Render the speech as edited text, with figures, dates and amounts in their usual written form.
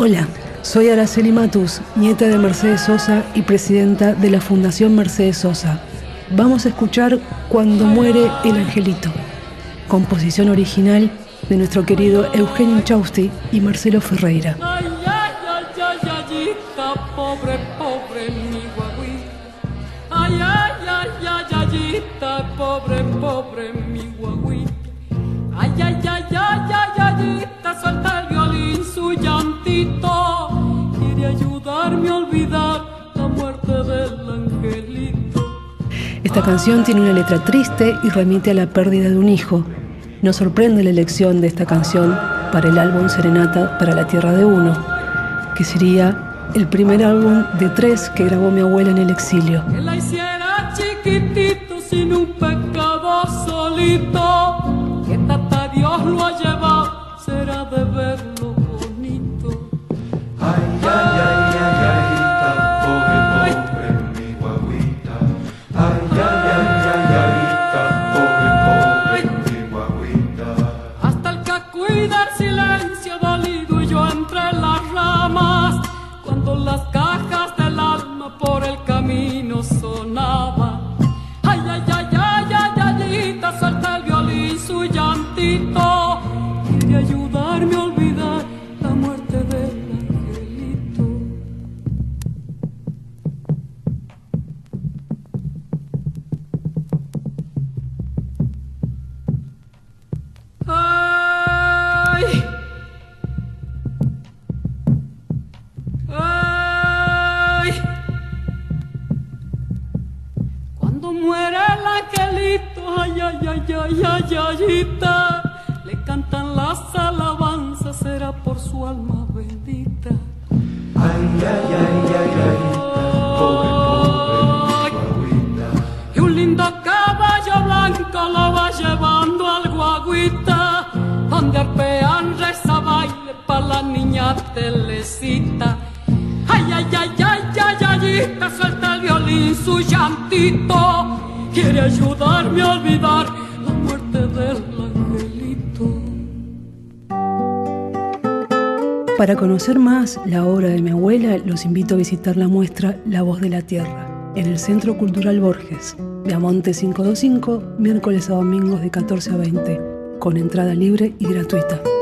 Hola, soy Araceli Matus, nieta de Mercedes Sosa y presidenta de la Fundación Mercedes Sosa. Vamos a escuchar Cuando muere el angelito, composición original de nuestro querido Eugenio Inchausti y Marcelo Ferreira. Ay, ay, ay, ay, ayita, pobre, pobre mi guagüita. Ay, ay, ay, ay, ayita, pobre, pobre mi guagüita. Ay, ay, ay, ay, ay, ayita, suelta el violín su llantito. Quiere ayudarme a olvidar la muerte del angelito. Esta canción tiene una letra triste y remite a la pérdida de un hijo. Nos sorprende la elección de esta canción para el álbum Serenata para la Tierra de Uno, que sería el primer álbum de 3 que grabó mi abuela en el exilio. Que la hiciera chiquitito sin un pecado solito, que tata Dios lo ha llevado, será de verlo bonito. Ay, ay, ay, ay, ayita, pobre, pobre mi guagüita. Ay, ay, ay, ay, ayita, pobre, pobre mi guagüita. Hasta el que cuida el silencio dolido y yo entre las ramas, cuando las cajas del alma por el camino sonaban. Ay, ay, ay, ay, ay, ayita, suelta el violín su llantito. Quiere ayudarme a olvidar la muerte del angelito. Ay, ay, cuando muere el angelito, ay, ay, ay, ay, ay, ayita, le cantan las alabanzas, será por su alma bendita. Ay, ay, ay, ay, ayita, pobre, pobre mi guagüita. Y un lindo caballo blanco lo va llevando al guagüita, donde arpean reza baile pa' la niña Telecita. Ay, ay, ay, ay, ay, ayita, suelta el violín su llantito. Quiere ayudarme a olvidar la muerte del angelito. Para conocer más la obra de mi abuela, los invito a visitar la muestra La Voz de la Tierra en el Centro Cultural Borges, Viamonte 525, miércoles a domingos de 14 a 20, con entrada libre y gratuita.